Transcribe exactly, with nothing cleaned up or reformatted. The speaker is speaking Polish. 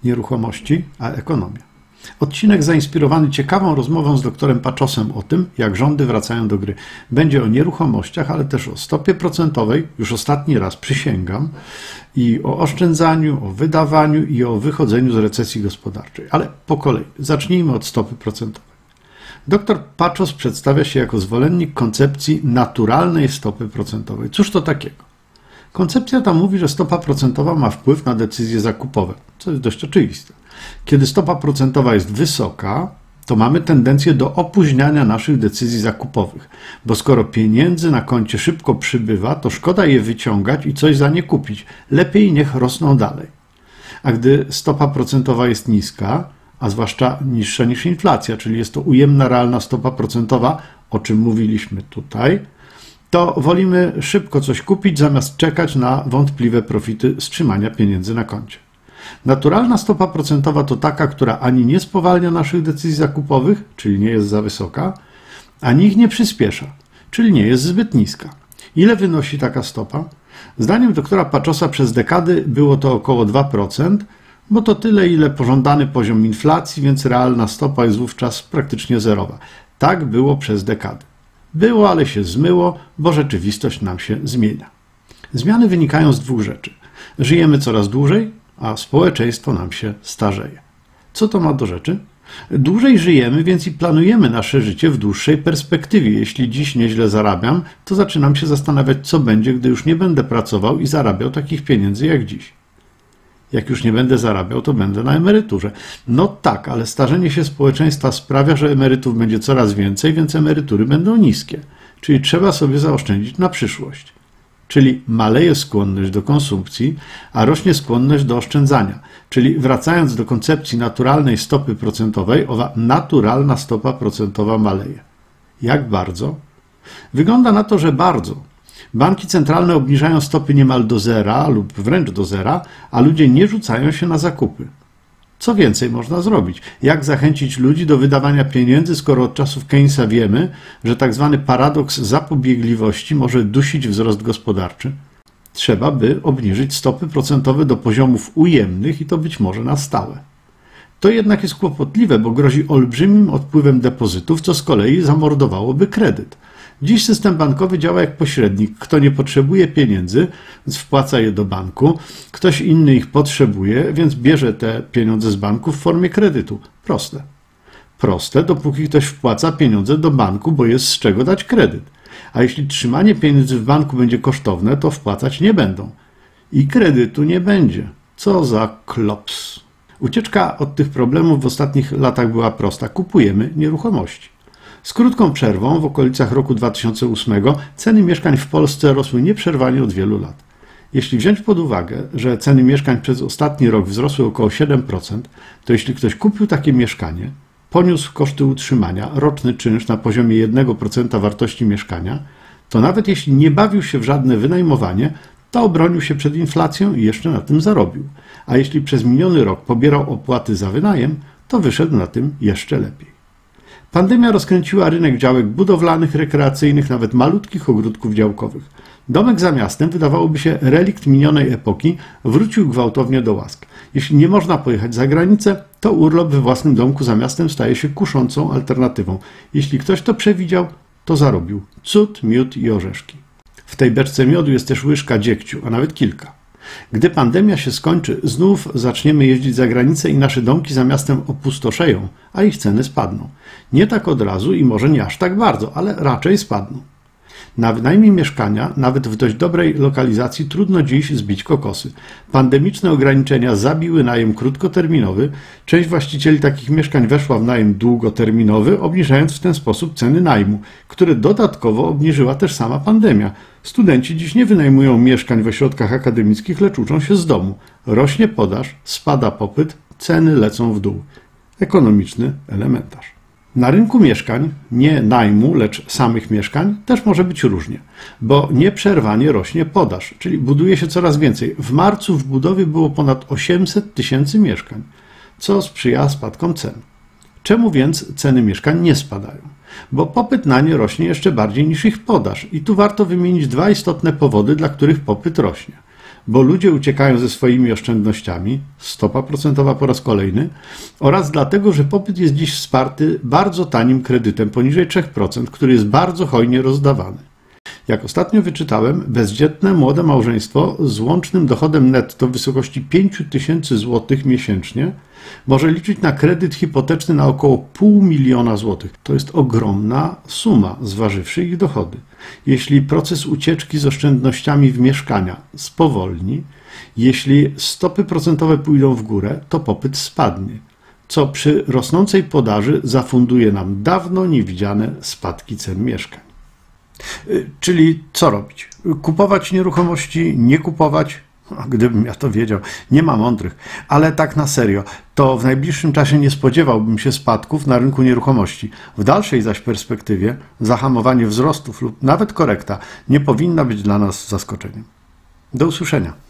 nieruchomości, a ekonomia. Odcinek zainspirowany ciekawą rozmową z doktorem Paczosem o tym, jak rządy wracają do gry. Będzie o nieruchomościach, ale też o stopie procentowej, już ostatni raz przysięgam, i o oszczędzaniu, o wydawaniu i o wychodzeniu z recesji gospodarczej. Ale po kolei. Zacznijmy od stopy procentowej. Doktor Paczos przedstawia się jako zwolennik koncepcji naturalnej stopy procentowej. Cóż to takiego? Koncepcja ta mówi, że stopa procentowa ma wpływ na decyzje zakupowe, co jest dość oczywiste. Kiedy stopa procentowa jest wysoka, to mamy tendencję do opóźniania naszych decyzji zakupowych, bo skoro pieniędzy na koncie szybko przybywa, to szkoda je wyciągać i coś za nie kupić. Lepiej niech rosną dalej. A gdy stopa procentowa jest niska, a zwłaszcza niższa niż inflacja, czyli jest to ujemna realna stopa procentowa, o czym mówiliśmy tutaj, to wolimy szybko coś kupić, zamiast czekać na wątpliwe profity z trzymania pieniędzy na koncie. Naturalna stopa procentowa to taka, która ani nie spowalnia naszych decyzji zakupowych, czyli nie jest za wysoka, ani ich nie przyspiesza, czyli nie jest zbyt niska. Ile wynosi taka stopa? Zdaniem doktora Paczosa przez dekady było to około dwa procent, bo to tyle, ile pożądany poziom inflacji, więc realna stopa jest wówczas praktycznie zerowa. Tak było przez dekady. Było, ale się zmyło, bo rzeczywistość nam się zmienia. Zmiany wynikają z dwóch rzeczy. Żyjemy coraz dłużej, a społeczeństwo nam się starzeje. Co to ma do rzeczy? Dłużej żyjemy, więc i planujemy nasze życie w dłuższej perspektywie. Jeśli dziś nieźle zarabiam, to zaczynam się zastanawiać, co będzie, gdy już nie będę pracował i zarabiał takich pieniędzy jak dziś. Jak już nie będę zarabiał, to będę na emeryturze. No tak, ale starzenie się społeczeństwa sprawia, że emerytów będzie coraz więcej, więc emerytury będą niskie. Czyli trzeba sobie zaoszczędzić na przyszłość. Czyli maleje skłonność do konsumpcji, a rośnie skłonność do oszczędzania. Czyli wracając do koncepcji naturalnej stopy procentowej, owa naturalna stopa procentowa maleje. Jak bardzo? Wygląda na to, że bardzo. Banki centralne obniżają stopy niemal do zera lub wręcz do zera, a ludzie nie rzucają się na zakupy. Co więcej można zrobić? Jak zachęcić ludzi do wydawania pieniędzy, skoro od czasów Keynesa wiemy, że tak zwany paradoks zapobiegliwości może dusić wzrost gospodarczy? Trzeba by obniżyć stopy procentowe do poziomów ujemnych i to być może na stałe. To jednak jest kłopotliwe, bo grozi olbrzymim odpływem depozytów, co z kolei zamordowałoby kredyt. Dziś system bankowy działa jak pośrednik. Kto nie potrzebuje pieniędzy, więc wpłaca je do banku. Ktoś inny ich potrzebuje, więc bierze te pieniądze z banku w formie kredytu. Proste. Proste, dopóki ktoś wpłaca pieniądze do banku, bo jest z czego dać kredyt. A jeśli trzymanie pieniędzy w banku będzie kosztowne, to wpłacać nie będą. I kredytu nie będzie. Co za klops. Ucieczka od tych problemów w ostatnich latach była prosta. Kupujemy nieruchomości. Z krótką przerwą w okolicach roku dwa tysiące ósmego ceny mieszkań w Polsce rosły nieprzerwanie od wielu lat. Jeśli wziąć pod uwagę, że ceny mieszkań przez ostatni rok wzrosły około siedem procent, to jeśli ktoś kupił takie mieszkanie, poniósł koszty utrzymania, roczny czynsz na poziomie jednego procenta wartości mieszkania, to nawet jeśli nie bawił się w żadne wynajmowanie, to obronił się przed inflacją i jeszcze na tym zarobił. A jeśli przez miniony rok pobierał opłaty za wynajem, to wyszedł na tym jeszcze lepiej. Pandemia rozkręciła rynek działek budowlanych, rekreacyjnych, nawet malutkich ogródków działkowych. Domek za miastem, wydawałoby się relikt minionej epoki, wrócił gwałtownie do łask. Jeśli nie można pojechać za granicę, to urlop we własnym domku za miastem staje się kuszącą alternatywą. Jeśli ktoś to przewidział, to zarobił. Cud, miód i orzeszki. W tej beczce miodu jest też łyżka dziegciu, a nawet kilka. Gdy pandemia się skończy, znów zaczniemy jeździć za granicę i nasze domki za miastem opustoszeją, a ich ceny spadną. Nie tak od razu i może nie aż tak bardzo, ale raczej spadną. Na wynajmie mieszkania, nawet w dość dobrej lokalizacji, trudno dziś zbić kokosy. Pandemiczne ograniczenia zabiły najem krótkoterminowy, część właścicieli takich mieszkań weszła w najem długoterminowy, obniżając w ten sposób ceny najmu, które dodatkowo obniżyła też sama pandemia. Studenci dziś nie wynajmują mieszkań w ośrodkach akademickich, lecz uczą się z domu. Rośnie podaż, spada popyt, ceny lecą w dół. Ekonomiczny elementarz. Na rynku mieszkań, nie najmu, lecz samych mieszkań, też może być różnie, bo nieprzerwanie rośnie podaż, czyli buduje się coraz więcej. W marcu w budowie było ponad osiemset tysięcy mieszkań, co sprzyja spadkom cen. Czemu więc ceny mieszkań nie spadają? Bo popyt na nie rośnie jeszcze bardziej niż ich podaż i tu warto wymienić dwa istotne powody, dla których popyt rośnie. bo ludzie uciekają ze swoimi oszczędnościami, stopa procentowa po raz kolejny, oraz dlatego, że popyt jest dziś wsparty bardzo tanim kredytem poniżej trzech procent, który jest bardzo hojnie rozdawany. Jak ostatnio wyczytałem, bezdzietne młode małżeństwo z łącznym dochodem netto w wysokości pięć tysięcy złotych miesięcznie może liczyć na kredyt hipoteczny na około pół miliona złotych. To jest ogromna suma, zważywszy ich dochody. Jeśli proces ucieczki z oszczędnościami w mieszkania spowolni, jeśli stopy procentowe pójdą w górę, to popyt spadnie, co przy rosnącej podaży zafunduje nam dawno niewidziane spadki cen mieszkań. Czyli co robić? Kupować nieruchomości, nie kupować? Gdybym ja to wiedział, nie ma mądrych, ale tak na serio, to w najbliższym czasie nie spodziewałbym się spadków na rynku nieruchomości. W dalszej zaś perspektywie zahamowanie wzrostów lub nawet korekta nie powinna być dla nas zaskoczeniem. Do usłyszenia.